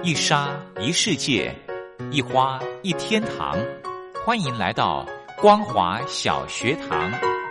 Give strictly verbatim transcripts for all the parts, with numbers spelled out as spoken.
一沙一世界，一花一天堂。欢迎来到光华小学堂。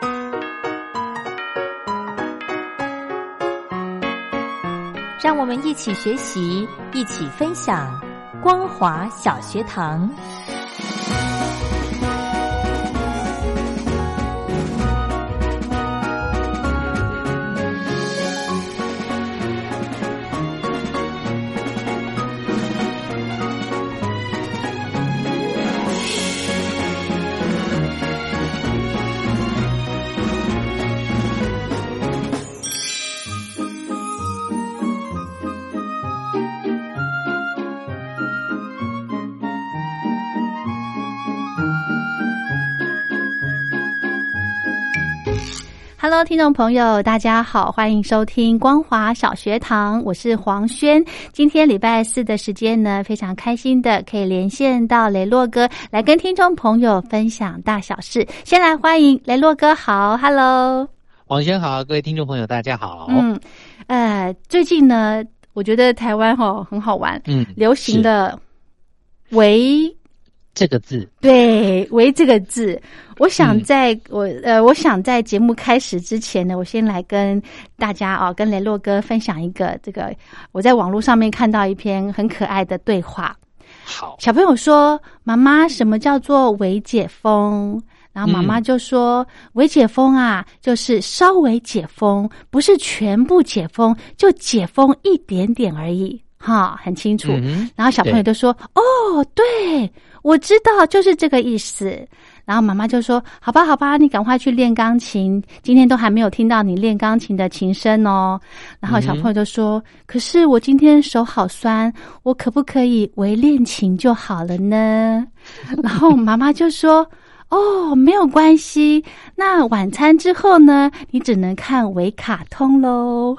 让我们一起学习，一起分享光华小学堂。Hello， 听众朋友，大家好，欢迎收听光华小学堂，我是黄轩。今天礼拜四的时间呢，非常开心的可以连线到雷洛哥，来跟听众朋友分享大小事。先来欢迎雷洛哥，好 ，Hello， 黄轩好，各位听众朋友，大家好。 嗯，呃，最近呢，我觉得台湾吼很好玩，嗯，流行的围这个字， 对，围这个字。我想在、嗯、我呃，我想在节目开始之前呢，我先来跟大家啊、哦，跟雷洛哥分享一个这个我在网络上面看到一篇很可爱的对话。 好， 小朋友说：“妈妈，什么叫做微解封？”然后妈妈就说：“微解封啊，就是稍微解封，不是全部解封，就解封一点点而已。”哈，很清楚。嗯、然后小朋友就说：“哦，对，我知道，就是这个意思。”然后妈妈就说：“好吧，好吧，你赶快去练钢琴，今天都还没有听到你练钢琴的琴声哦。”然后小朋友就说：“嗯、可是我今天手好酸，我可不可以微练琴就好了呢？”然后妈妈就说：“哦，没有关系，那晚餐之后呢，你只能看微卡通咯。”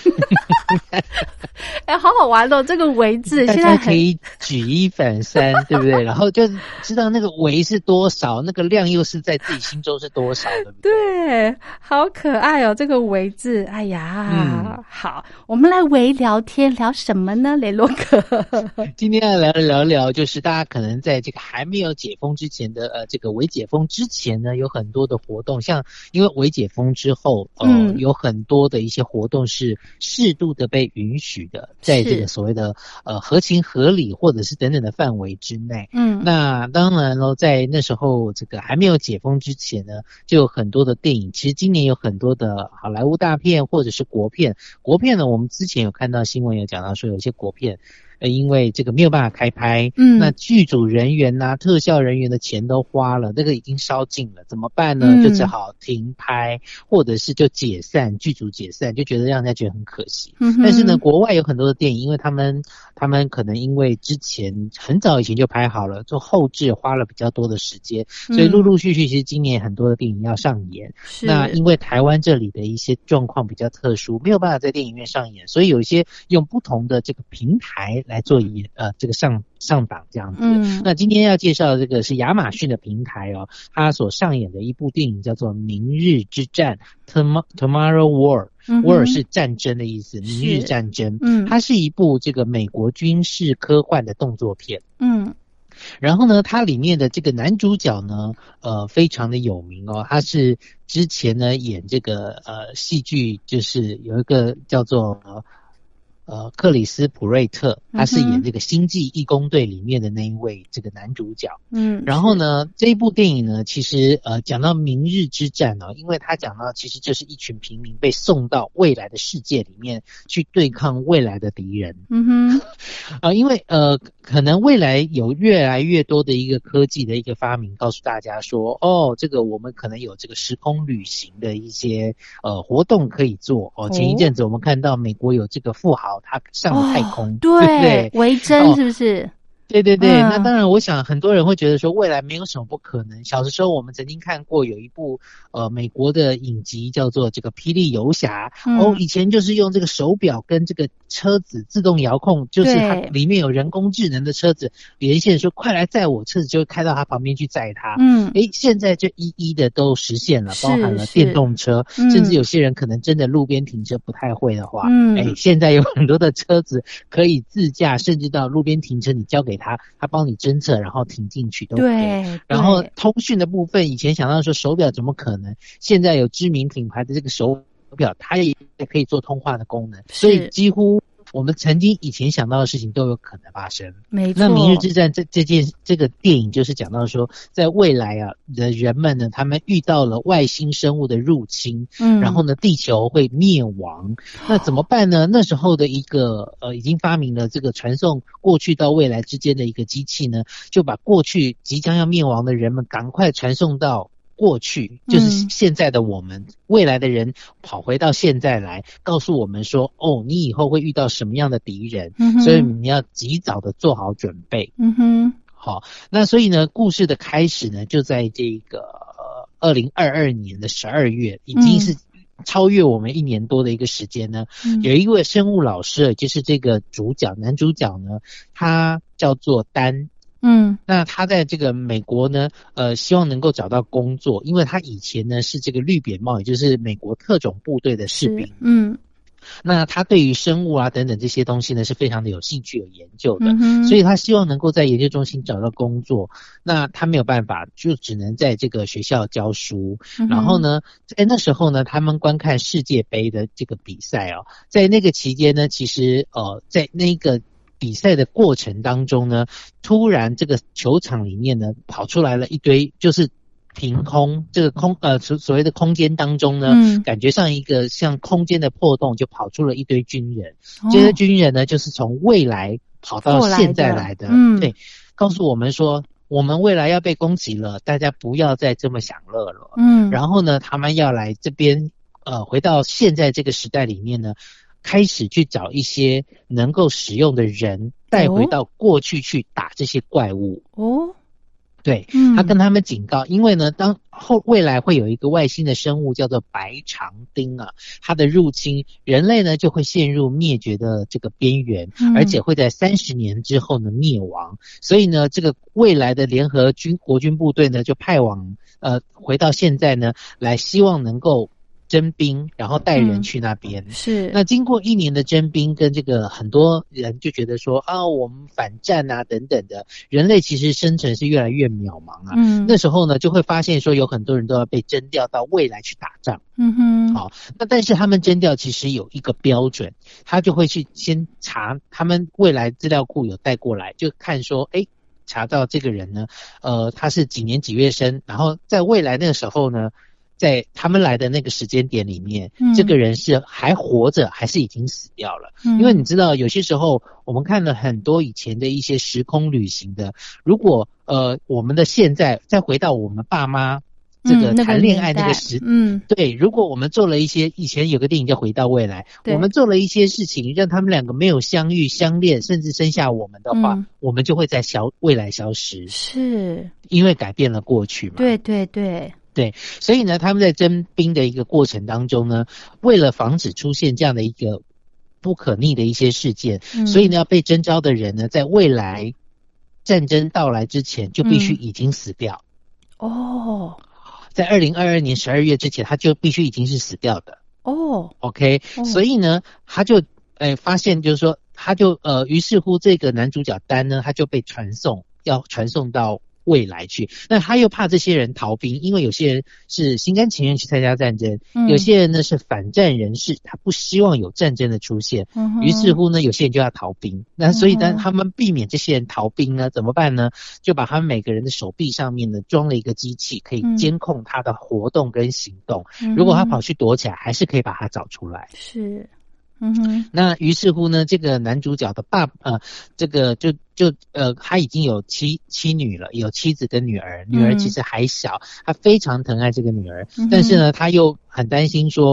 哎，好好玩哦！这个围字现在可以举一反三，对不对？然后就知道那个围是多少，那个量又是在自己心中是多少，对不对？ 对，好可爱哦！这个围字，哎呀，嗯、好，我们来围聊天，聊什么呢？雷洛哥， 今天要来聊聊，就是大家可能在这个还没有解封之前的呃，这个微解封之前呢，有很多的活动，像因为微解封之后，呃，嗯、有很多的一些活动是适度的被允许的，在这个所谓的呃合情合理或者是等等的范围之内。嗯，那当然咯，在那时候这个还没有解封之前呢，就有很多的电影。其实今年有很多的好莱坞大片或者是国片。国片呢，我们之前有看到新闻有讲到说，有些国片呃，因为这个没有办法开拍，嗯，那剧组人员啊、特效人员的钱都花了，这个已经烧尽了，怎么办呢？嗯、就只好停拍，或者是就解散，剧组解散，就觉得让人家觉得很可惜。嗯、但是呢，国外有很多的电影，因为他们他们可能因为之前很早以前就拍好了，做后制花了比较多的时间，所以陆陆续续其实今年很多的电影要上演。嗯、那因为台湾这里的一些状况比较特殊，没有办法在电影院上演，所以有一些用不同的这个平台来做演呃这个上上档这样子。嗯，那今天要介绍的这个是亚马逊的平台哦，它所上演的一部电影叫做《明日之战》（Tomorrow War）。War 是战争的意思，明日战争。嗯，它是一部这个美国军事科幻的动作片。嗯。然后呢，它里面的这个男主角呢，呃，非常的有名哦。他是之前呢演这个呃戏剧，就是有一个叫做呃克里斯普瑞特，他是演这个《星际义工队》里面的那一位这个男主角。嗯，然后呢，这一部电影呢，其实呃讲到明日之战哦，因为他讲到其实就是一群平民被送到未来的世界里面去对抗未来的敌人。嗯哼，啊、呃，因为呃。可能未来有越来越多的一个科技的一个发明，告诉大家说，哦，这个我们可能有这个时空旅行的一些呃活动可以做哦。前一阵子我们看到美国有这个富豪他上了太空，哦、 对对不对？ 维珍是不是？哦对对对、 嗯， 那当然我想很多人会觉得说未来没有什么不可能。小的时候我们曾经看过有一部呃美国的影集叫做这个霹雳游侠、嗯、哦，以前就是用这个手表跟这个车子自动遥控，就是它里面有人工智能的车子连线说快来载我，车子就会开到他旁边去载他。嗯，诶，现在这一一的都实现了，包含了电动车、嗯、甚至有些人可能真的路边停车不太会的话，嗯，诶，现在有很多的车子可以自驾，甚至到路边停车你交给他，他帮你侦测然后停进去都可以。对，然后通讯的部分以前想到说手表怎么可能，现在有知名品牌的这个手表它也可以做通话的功能，所以几乎我们曾经以前想到的事情都有可能发生。没错。那明日之战这这件这个电影就是讲到说在未来啊的人们呢，他们遇到了外星生物的入侵，嗯，然后呢地球会灭亡，那怎么办呢？那时候的一个呃已经发明了这个传送过去到未来之间的一个机器呢，就把过去即将要灭亡的人们赶快传送到过去，就是现在的我们、嗯、未来的人跑回到现在来告诉我们说，哦，你以后会遇到什么样的敌人、嗯、所以你要及早的做好准备。嗯哼，好，那所以呢故事的开始呢就在这个二零二二年的十二月，已经是超越我们一年多的一个时间呢、嗯、有一位生物老师，就是这个主角男主角呢，他叫做丹。嗯，那他在这个美国呢，呃，希望能够找到工作，因为他以前呢是这个绿扁帽，也就是美国特种部队的士兵。嗯，那他对于生物啊等等这些东西呢是非常的有兴趣有研究的、嗯、所以他希望能够在研究中心找到工作。那他没有办法，就只能在这个学校教书、嗯、然后呢在那时候呢他们观看世界杯的这个比赛哦，在那个期间呢其实呃在那个比赛的过程当中呢，突然这个球场里面呢跑出来了一堆，就是凭空这个空呃所谓的空间当中呢、嗯、感觉上一个像空间的破洞，就跑出了一堆军人、哦、这些军人呢就是从未来跑到现在来的，嗯，对，告诉我们说我们未来要被攻击了，大家不要再这么享乐了。嗯，然后呢他们要来这边呃回到现在这个时代里面呢，开始去找一些能够使用的人带回到过去去打这些怪物。哦，对，他跟他们警告，因为呢当后未来会有一个外星的生物叫做白长丁啊，它的入侵，人类呢就会陷入灭绝的这个边缘、嗯、而且会在三十年之后呢灭亡。所以呢这个未来的联合军国军部队呢就派往呃回到现在呢来希望能够征兵，然后带人去那边、嗯、是。那经过一年的征兵，跟这个很多人就觉得说啊我们反战啊等等的，人类其实生存是越来越渺茫啊。嗯，那时候呢就会发现说有很多人都要被征调到未来去打仗。嗯哼，好，那但是他们征调其实有一个标准，他就会去先查他们未来资料库有带过来，就看说诶查到这个人呢呃他是几年几月生，然后在未来那个时候呢在他们来的那个时间点里面、嗯、这个人是还活着还是已经死掉了、嗯、因为你知道有些时候我们看了很多以前的一些时空旅行的，如果呃我们的现在再回到我们爸妈这个谈恋爱那个时、嗯, 那个、嗯对，如果我们做了一些，以前有个电影叫回到未来，我们做了一些事情让他们两个没有相遇相恋甚至生下我们的话、嗯、我们就会在消未来消失，是因为改变了过去嘛。对对对对，所以呢他们在征兵的一个过程当中呢，为了防止出现这样的一个不可逆的一些事件、嗯、所以呢要被征召的人呢在未来战争到来之前就必须已经死掉、嗯、哦，在二零二二年十二月之前他就必须已经是死掉的哦 OK、哦、所以呢他就诶发现就是说他就呃于是乎这个男主角丹呢他就被传送，要传送到未来去。那他又怕这些人逃兵，因为有些人是心甘情愿去参加战争、嗯、有些人呢是反战人士，他不希望有战争的出现、嗯、于是乎呢有些人就要逃兵。那所以呢他们避免这些人逃兵呢怎么办呢，就把他们每个人的手臂上面呢装了一个机器，可以监控他的活动跟行动、嗯、如果他跑去躲起来还是可以把他找出来。是嗯哼，那于是乎呢，这个男主角的爸呃，这个就就呃，他已经有妻妻女了，有妻子跟女儿，女儿其实还小，他非常疼爱这个女儿，嗯、但是呢，他又很担心说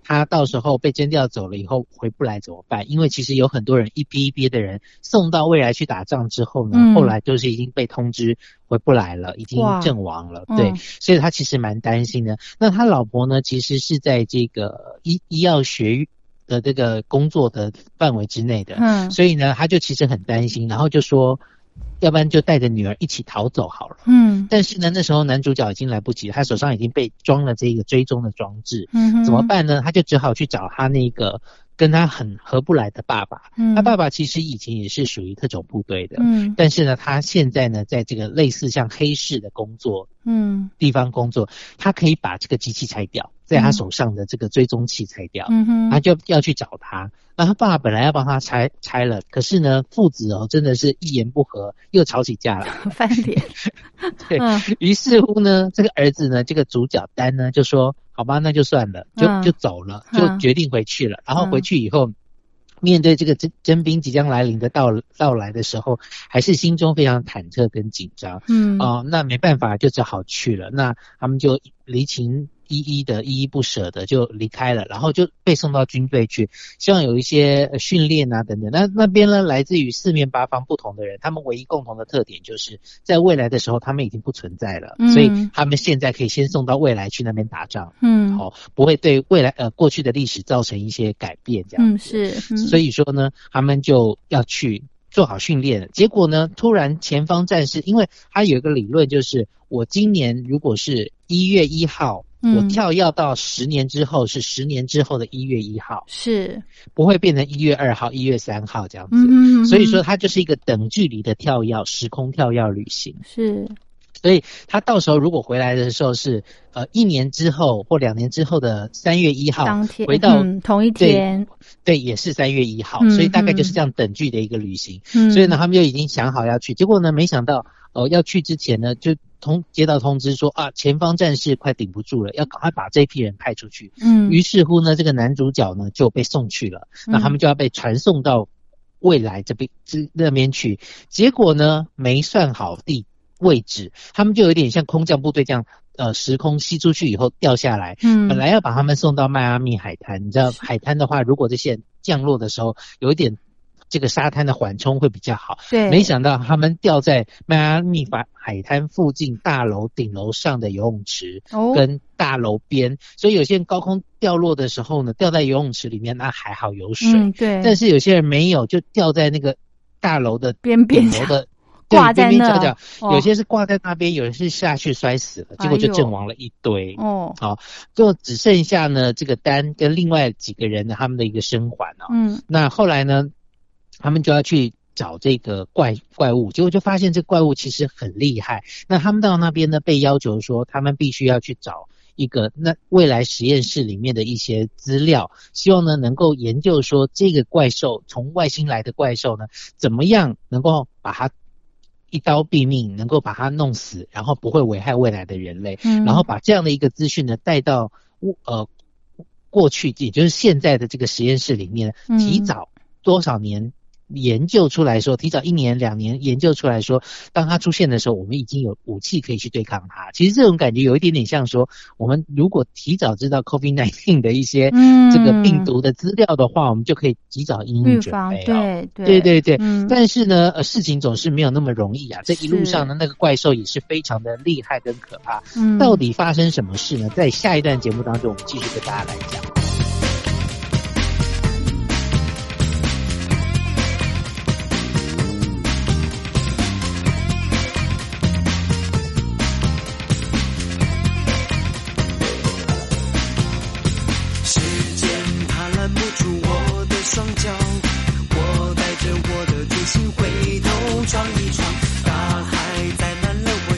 他到时候被征调走了以后回不来怎么办？因为其实有很多人一批一批的人送到未来去打仗之后呢，嗯、后来就是已经被通知回不来了，已经阵亡了。对、嗯，所以他其实蛮担心的。那他老婆呢，其实是在这个医医药学的这个工作的范围之内的，嗯，所以呢，他就其实很担心，然后就说，要不然就带着女儿一起逃走好了。嗯，但是呢，那时候男主角已经来不及了，他手上已经被装了这个追踪的装置。嗯，怎么办呢？他就只好去找他那个跟他很合不来的爸爸。嗯，他爸爸其实以前也是属于特种部队的。嗯，但是呢，他现在呢，在这个类似像黑市的工作，嗯，地方工作，他可以把这个机器拆掉，在他手上的这个追踪器拆掉。嗯哼，他就要去找他。那他爸爸本来要帮他拆拆了，可是呢，父子哦真的是一言不合，又吵起架了， 翻脸。 对、嗯、于是乎呢，这个儿子呢，这个主角丹呢就说：“好吧，那就算了，就、嗯、就走了，就决定回去了。嗯”然后回去以后，面对这个征征兵即将来临的到到来的时候，还是心中非常忐忑跟紧张。嗯，哦、呃，那没办法，就只好去了。那他们就离情依依的依依不舍的就离开了，然后就被送到军队去，希望有一些训练啊等等。那那边呢，来自于四面八方不同的人，他们唯一共同的特点就是在未来的时候他们已经不存在了、嗯、所以他们现在可以先送到未来去那边打仗。嗯，好、哦，不会对未来呃过去的历史造成一些改变这样子。嗯，是。嗯、所以说呢，他们就要去做好训练。结果呢，突然前方战士，因为他有一个理论，就是我今年如果是一月一号。嗯、我跳跃到十年之后是十年之后的一月一号，是不会变成一月二号、一月三号这样子。嗯，所以说它就是一个等距离的跳跃，时空跳跃旅行。是，所以他到时候如果回来的时候是呃一年之后或两年之后的三月一号，当天回到、嗯、 同一天， 对，对也是三月一号、嗯，所以大概就是这样等距的一个旅行。嗯，所以呢，他们就已经想好要去，结果呢，没想到呃要去之前呢就。通接到通知说啊，前方战士快顶不住了，要赶快把这批人派出去。嗯，于是乎呢，这个男主角呢就被送去了，嗯、那他们就要被传送到未来这边这那边去。结果呢，没算好地位置，他们就有点像空降部队这样，呃，时空吸出去以后掉下来。嗯，本来要把他们送到迈阿密海滩，你知道海滩的话，如果这些人降落的时候有一点。这个沙滩的缓冲会比较好，对，没想到他们掉在迈阿密海滩附近大楼顶楼上的游泳池，哦，跟大楼边，所以有些人高空掉落的时候呢，掉在游泳池里面，那还好有水，嗯，对，但是有些人没有，就掉在那个大楼的边边顶楼的挂在那，边边角角，哦，有些是挂在那边，有人是下去摔死了，结果就阵亡了一堆，哦，好，就只剩下呢这个丹跟另外几个人的他们的一个生还哦，嗯，那后来呢？他们就要去找这个怪怪物，结果就发现这怪物其实很厉害。那他们到那边呢，被要求说他们必须要去找一个那未来实验室里面的一些资料，希望呢能够研究说这个怪兽从外星来的怪兽呢，怎么样能够把它一刀毙命，能够把它弄死，然后不会危害未来的人类，嗯，然后把这样的一个资讯呢带到呃过去，也就是现在的这个实验室里面，提早多少年。研究出来说，提早一年两年研究出来说，当它出现的时候，我们已经有武器可以去对抗它。其实这种感觉有一点点像说，我们如果提早知道 COVID 十九 的一些这个病毒的资料的话，嗯，我们就可以及早因应准备，哦。对对对对对，嗯。但是呢，呃，事情总是没有那么容易啊。这一路上呢，那个怪兽也是非常的厉害跟可怕。嗯。到底发生什么事呢？在下一段节目当中，我们继续跟大家来讲。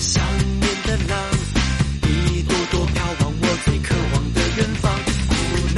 远方，孤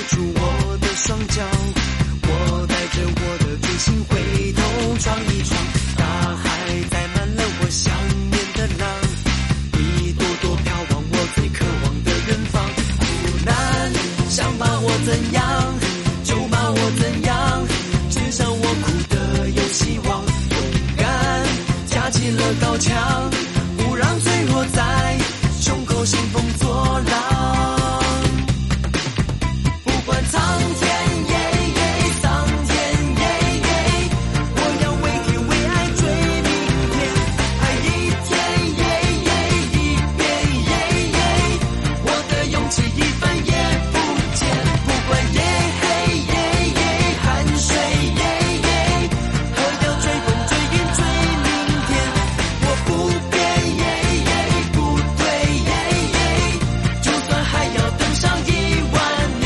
出我的双脚，我带着我的追星回头闯一闯，大海载满了我想念的浪，一朵朵飘往我最渴望的远方。苦难想把我怎样就把我怎样，至少我哭得有希望，勇敢架起了高墙，不让脆弱在胸口兴风作浪。不管苍天耶耶桑天耶耶，我要为天为爱追明天，爱一天耶耶一遍耶耶，我的勇气一分也不减。不管耶嘿耶耶汗水耶耶，喝掉追风追云追明天，我不变耶耶不退耶耶，就算还要等上一万年。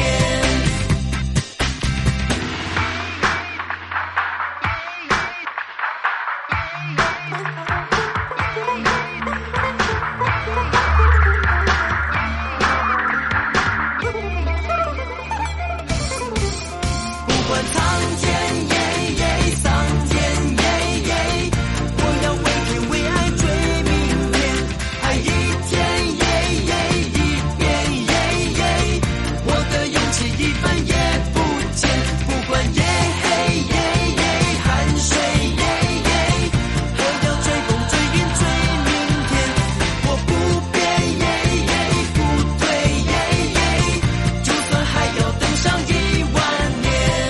不管苍天耶耶桑天耶耶，我要为天为爱追明天，爱一天耶耶一遍耶耶，我的勇气一分也不减。不管耶嘿耶耶汗水耶耶，喝掉追风追云追明天，我不变耶耶不退耶耶，就算还要等上一万年。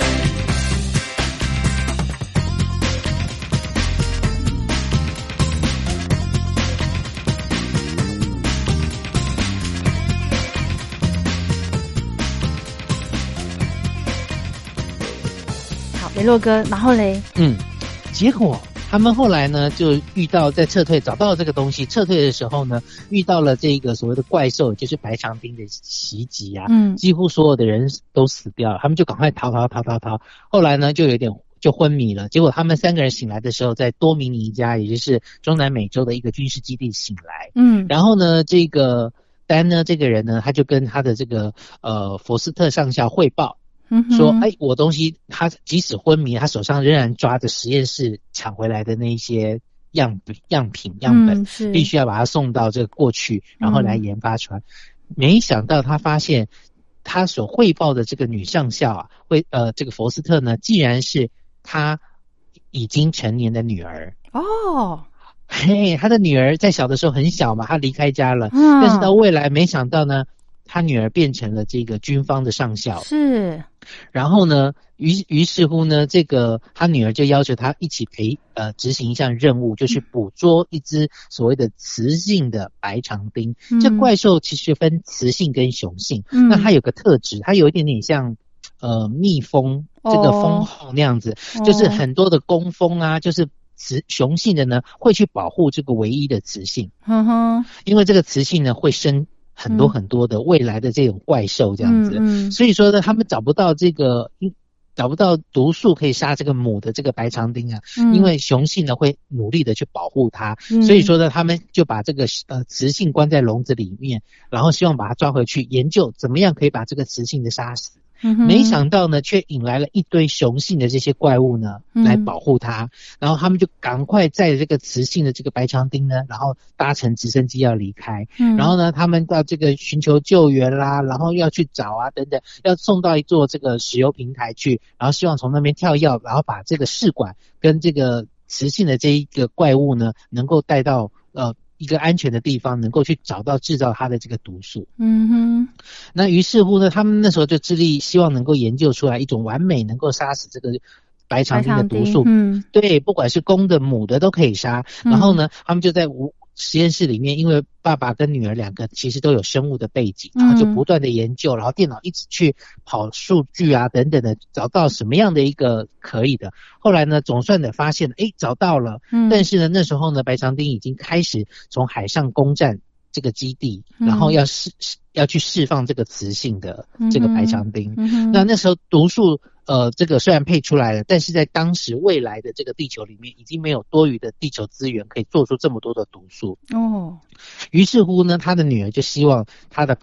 好，雷洛哥，然后嘞， 嗯，结果他们后来呢，就遇到在撤退找到了这个东西，撤退的时候呢，遇到了这个所谓的怪兽，就是白长钉的袭击啊， 嗯几乎所有的人都死掉了，他们就赶快逃逃逃逃逃。后来呢，就有点就昏迷了。结果他们三个人醒来的时候，在多米尼加，也就是中南美洲的一个军事基地醒来。 嗯然后呢，这个丹呢，这个人呢，他就跟他的这个呃佛斯特上校汇报。 嗯哼说，哎，我东西，他即使昏迷，他手上仍然抓着实验室抢回来的那一些样样品样本， 嗯是必须要把它送到这个过去，然后来研发出来。没想到他发现，他所汇报的这个女上校啊，会呃，这个佛斯特呢，既然是他已经成年的女儿。 哦， 嘿，他的女儿在小的时候很小嘛，他离开家了， 嗯但是到未来没想到呢，他女儿变成了这个军方的上校。 是， 然后呢，于于是乎呢，这个他女儿就要求他一起陪呃执行一项任务，就是捕捉一只所谓的雌性的白长钉。 嗯这怪兽其实分雌性跟雄性， 嗯那它有个特质，它有一点点像呃蜜蜂这个蜂后那样子， 哦就是很多的工蜂啊，就是雌雄性的呢会去保护这个唯一的雌性， 哼哼， 因为这个雌性呢会生很多很多的未来的这种怪兽这样子， 嗯嗯所以说呢，他们找不到这个，找不到毒素可以杀这个母的这个白长钉啊， 嗯因为雄性呢会努力的去保护它， 嗯所以说呢，他们就把这个呃雌性关在笼子里面，然后希望把它抓回去，研究怎么样可以把这个雌性的杀死。 嗯哼没想到呢，却引来了一堆雄性的这些怪物呢， 嗯来保护它。然后他们就赶快载着这个雌性的这个白长钉呢，然后搭乘直升机要离开。 嗯然后呢，他们到这个寻求救援啦，然后要去找啊等等，要送到一座这个石油平台去，然后希望从那边跳跃，然后把这个试管跟这个雌性的这一个怪物呢，能够带到呃一个安全的地方，能够去找到制造它的这个毒素。 嗯哼， 那于是乎呢，他们那时候就致力希望能够研究出来一种完美能够杀死这个白长钉的毒素。 嗯对，不管是公的母的都可以杀。 嗯然后呢，他们就在无实验室里面，因为爸爸跟女儿两个其实都有生物的背景，然后就不断的研究，然后电脑一直去跑数据啊等等的，找到什么样的一个可以的。后来呢，总算的发现了，诶，找到了。 嗯但是呢，那时候呢，白长钉已经开始从海上攻占这个基地， 嗯然后要释要去释放这个雌性的这个白长钉。 嗯哼那那时候毒素呃，这个虽然配出来了，但是在当时未来的这个地球里面，已经没有多余的地球资源可以做出这么多的毒素。 哦， 于是乎呢，他的女儿就希望他的爸爸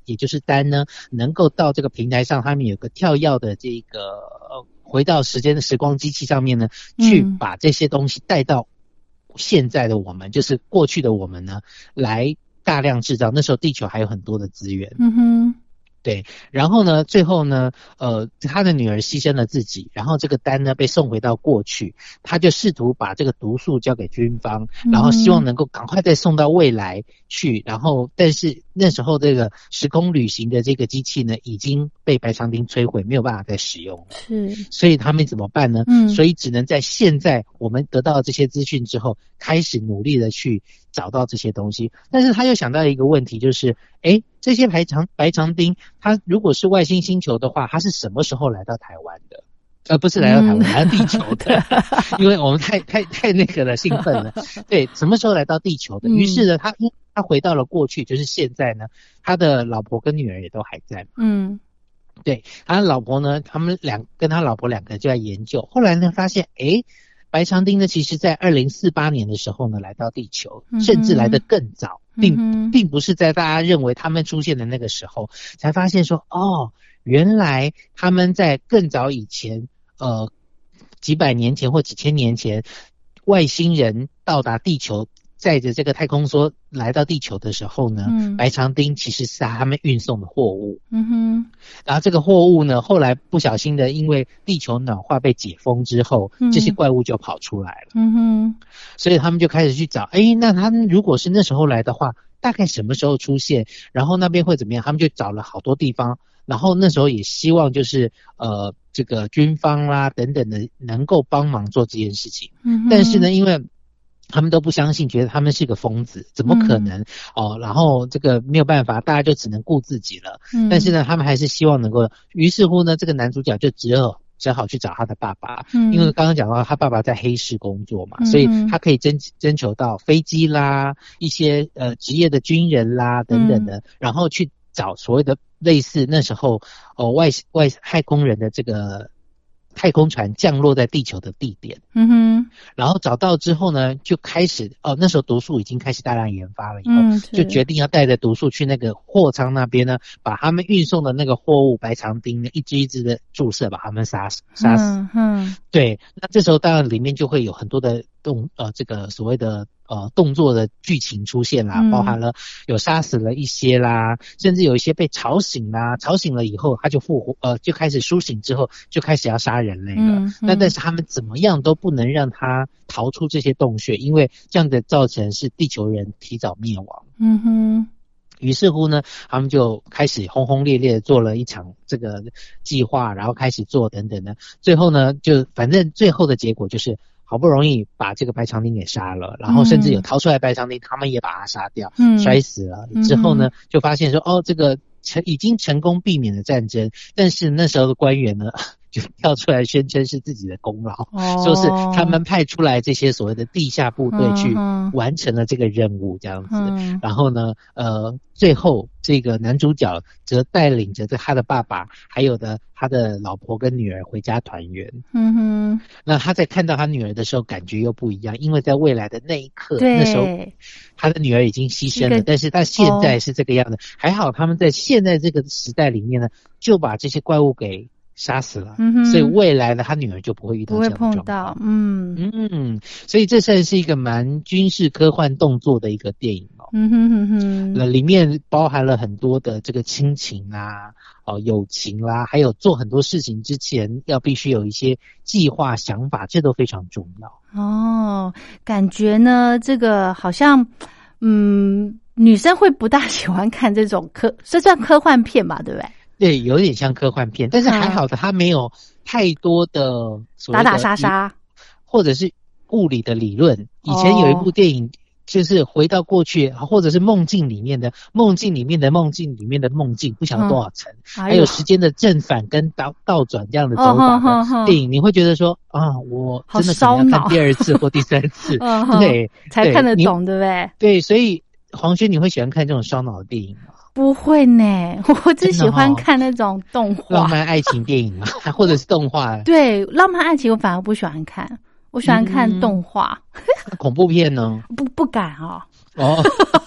也就是丹呢，能够到这个平台上，他们有个跳跃的这个呃回到时间的时光机器上面呢，去把这些东西带到现在的我们，就是过去的我们呢，来大量制造。那时候地球还有很多的资源。 嗯哼。 对，然后呢，最后呢，呃，他的女儿牺牲了自己，然后这个丹呢被送回到过去，他就试图把这个毒素交给军方，然后希望能够赶快再送到未来去，然后但是那时候这个时空旅行的这个机器呢已经被白长丁摧毁，没有办法再使用了。 是， 所以他们怎么办呢？ 嗯， 所以只能在现在我们得到这些资讯之后，开始努力的去找到这些东西。但是他又想到一个问题，就是诶这些白长白长丁他如果是外星星球的话，他是什么时候来到台湾的？呃，不是来到台湾，来到地球的，因为我们太太太那个了，兴奋了。对，什么时候来到地球的？于是呢，他他回到了过去，就是现在呢，他的老婆跟女儿也都还在嘛。嗯，对，他老婆呢，他们两跟他老婆两个人就在研究，后来呢发现，诶白长丁呢，其实在二零四八年的时候呢，来到地球，甚至来得更早，并并不是在大家认为他们出现的那个时候，才发现说，哦，原来他们在更早以前，呃，几百年前或几千年前，外星人到达地球，载着这个太空梭来到地球的时候呢，嗯、白长丁其实是他们运送的货物。嗯哼。然后这个货物呢，后来不小心的，因为地球暖化被解封之后，嗯、这些怪物就跑出来了。嗯哼。所以他们就开始去找，诶，那他们如果是那时候来的话，大概什么时候出现？然后那边会怎么样？他们就找了好多地方。然后那时候也希望就是呃这个军方啦等等的能够帮忙做这件事情。嗯。但是呢，因为他们都不相信，觉得他们是个疯子，怎么可能、嗯、哦？然后这个没有办法，大家就只能顾自己了。嗯。但是呢，他们还是希望能够，于是乎呢，这个男主角就只有只好去找他的爸爸。嗯。因为刚刚讲到他爸爸在黑市工作嘛，嗯、所以他可以征征求到飞机啦、一些呃职业的军人啦等等的，嗯、然后去找所谓的类似那时候哦外外太空人的这个太空船降落在地球的地点。嗯哼。然后找到之后呢，就开始哦那时候毒素已经开始大量研发了以后，嗯、就决定要带着毒素去那个货舱那边呢，把他们运送的那个货物白长丁呢一只一只的注射，把他们杀死杀死。嗯嗯。对，那这时候当然里面就会有很多的动呃这个所谓的呃动作的剧情出现啦，嗯、包含了有杀死了一些啦，甚至有一些被吵醒啦，吵醒了以后他就复活呃就开始苏醒之后就开始要杀人类了。嗯嗯、那但是他们怎么样都不能让他逃出这些洞穴，因为这样的造成是地球人提早灭亡。嗯哼。于是乎呢，他们就开始轰轰烈烈的做了一场这个计划，然后开始做等等的，最后呢，就反正最后的结果就是好不容易把这个白长丁给杀了，然后甚至有逃出来白长丁，他们也把他杀掉，嗯、摔死了。之后呢，就发现说，哦，这个成已经成功避免了战争，但是那时候的官员呢，就跳出来宣称是自己的功劳，哦、说是他们派出来这些所谓的地下部队去完成了这个任务，这样子。嗯、然后呢，呃，最后这个男主角则带领着他的爸爸，还有的他的老婆跟女儿回家团圆。嗯哼。那他在看到他女儿的时候，感觉又不一样，因为在未来的那一刻，那时候他的女儿已经牺牲了，但是他现在是这个样子。哦、还好他们在现在这个时代里面呢，就把这些怪物给杀死了。嗯哼。所以未来呢，他女儿就不会遇到这样的状况。不会碰到。嗯嗯。所以这算是一个蛮军事科幻动作的一个电影哦。嗯哼哼哼。那里面包含了很多的这个亲情啊，哦友情啦，还有做很多事情之前要必须有一些计划想法，这都非常重要。 哦，感觉呢，这个好像嗯，女生会不大喜欢看这种科，这算科幻片吧，对不对？ 对，有点像科幻片，但是还好的，它没有太多的所谓的打打杀杀， 或者是物理的理论。以前有一部电影，就是回到过去，或者是梦境里面的梦境里面的梦境里面的梦境，不晓得多少层，嗯、还有时间的正反跟倒倒转这样的走法的电影，哦、你会觉得说啊，我真的可能要看第二次或第三次，对， 才看得懂，对不对？ 对，所以黄轩，你会喜欢看这种烧脑的电影吗？ 不会呢，我只喜欢看那种动画、 浪漫爱情电影嘛，或者是动画。 对，浪漫爱情我反而不喜欢看，我喜欢看动画。 嗯、恐怖片呢？ 不不敢哦。 哦，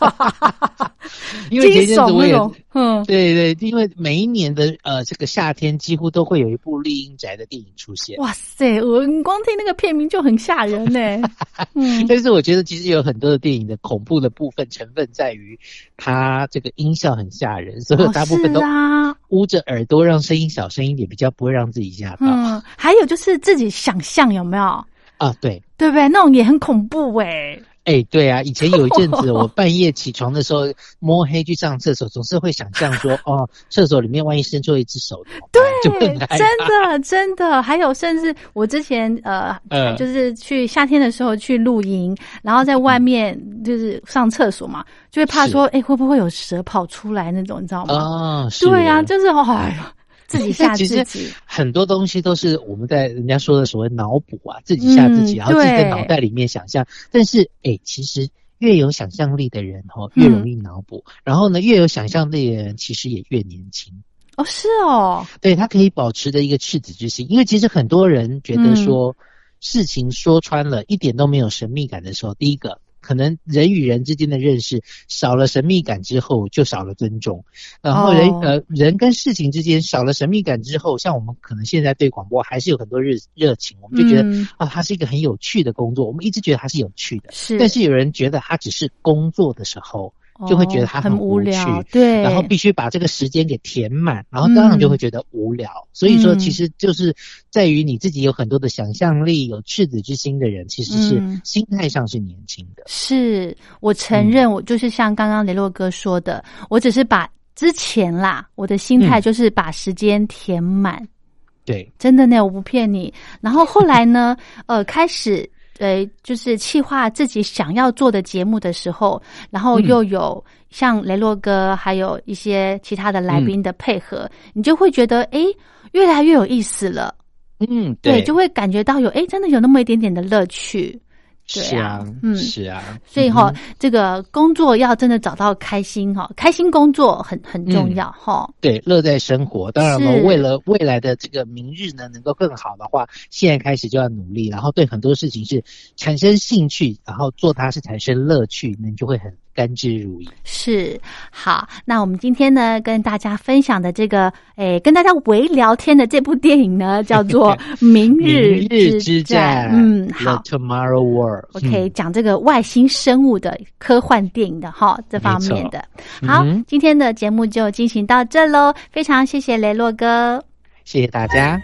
因为前一阵子我也， 嗯， 对对，因为每一年的呃这个夏天几乎都会有一部丽英宅的电影出现。 哇塞，我光听那个片名就很吓人呢。嗯， 但是我觉得其实有很多的电影的恐怖的部分成分在于它这个音效很吓人，所以大部分都捂着耳朵让声音小声一点，比较不会让自己吓到。 嗯，还有就是自己想象有没有啊？对， 对不对？那种也很恐怖哎。 哎，对啊，以前有一阵子，我半夜起床的时候摸黑去上厕所，总是会想象说，哦，厕所里面万一伸出一只手， 对， 就很害怕。 真的真的。还有，甚至我之前呃，呃就是去夏天的时候去露营，然后在外面就是上厕所嘛，就会怕说，哎，会不会有蛇跑出来那种，你知道吗？ 哦，是。 对啊，就是哎呀。自己吓自己， 其实很多东西都是我们在人家说的所谓脑补啊，自己吓自己，嗯、然后自己在脑袋里面想象。但是，哎，其实越有想象力的人哦，越容易脑补。嗯、然后呢，越有想象力的人，其实也越年轻。 哦，是哦， 对，他可以保持着一个赤子之心，因为其实很多人觉得说、嗯、事情说穿了一点都没有神秘感的时候，第一个。可能人与人之间的认识少了神秘感之后，就少了尊重。然后人、哦、呃人跟事情之间少了神秘感之后，像我们可能现在对广播还是有很多热热情，我们就觉得、嗯、啊，它是一个很有趣的工作，我们一直觉得它是有趣的。是，但是有人觉得它只是工作的时候。就会觉得它很无趣、哦、很无聊，对，然后必须把这个时间给填满，然后当然就会觉得无聊、嗯、所以说其实就是在于你自己有很多的想象力，有赤子之心的人其实是心态上是年轻的、嗯、是我承认我就是像刚刚雷洛哥说的、嗯、我只是把之前啦我的心态就是把时间填满、嗯、对，真的呢，我不骗你。然后后来呢呃开始呃，就是企划自己想要做的节目的时候，然后又有像雷洛哥还有一些其他的来宾的配合、嗯、你就会觉得诶越来越有意思了。嗯， 对, 对，就会感觉到有诶真的有那么一点点的乐趣。对啊，是啊，嗯，是啊，所以哈、嗯，这个工作要真的找到开心哈，开心工作很很重要哈、嗯。对，乐在生活。当然了，为了未来的这个明日呢能够更好的话，现在开始就要努力，然后对很多事情是产生兴趣，然后做它是产生乐趣，那你就会很甘之如饴。是，好，那我们今天呢跟大家分享的这个，诶，跟大家微聊天的这部电影呢，叫做《明日之战》。嗯，好 ，The Tomorrow War。OK， 讲这个外星生物的科幻电影的哈，这方面的。好、嗯，今天的节目就进行到这喽，非常谢谢雷洛哥，谢谢大家。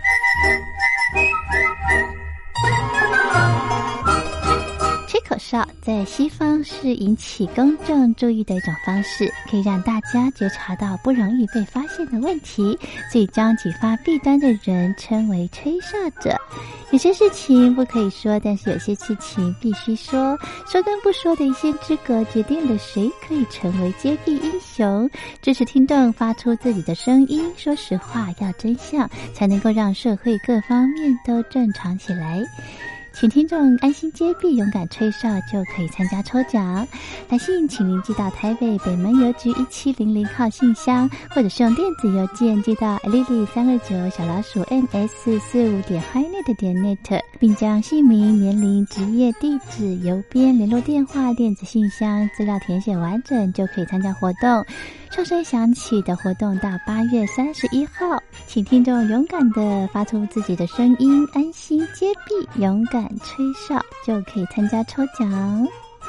吹口哨在西方是引起公众注意的一种方式，可以让大家觉察到不容易被发现的问题，所以将启发弊端的人称为吹哨者。有些事情不可以说，但是有些事情必须说，说跟不说的一线之隔决定了谁可以成为揭弊英雄。支持听众发出自己的声音，说实话，要真相，才能够让社会各方面都正常起来。请听众安心接币，勇敢吹哨就可以参加抽奖。来信请您寄到台北北门邮局一七零零号信箱，或者是用电子邮件寄到 lily 三二九小老鼠 ms 四五点 highnet 点 net， 并将姓名、年龄、职业、地址、邮编、联络电话、电子信箱资料填写完整，就可以参加活动。哨声响起的活动到八月三十一号，请听众勇敢地发出自己的声音，安心接币，勇敢吹哨就可以参加抽奖。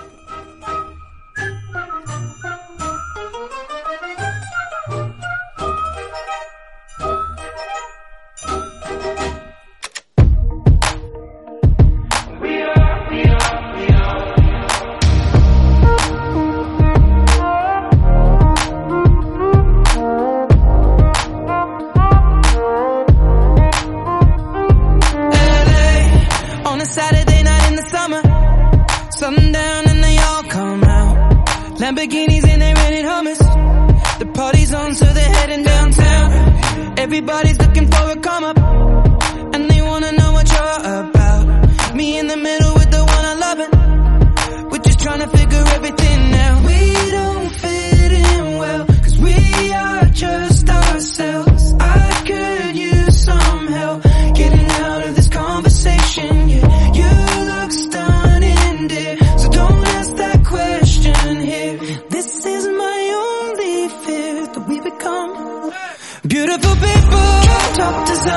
Lamborghinis and they rented Hummers. The party's on, so they're heading downtown. Everybody's looking for a come up, and they wanna know what you're about. Me in the middle with the one I'm loving. We're just trying to figure everything out. We don't fit in well, cause we are just ourselves. I could use some help getting out of this conversation. Yeah, you look stunning, dear, so don't ask that question here. we become. Beautiful people, top design.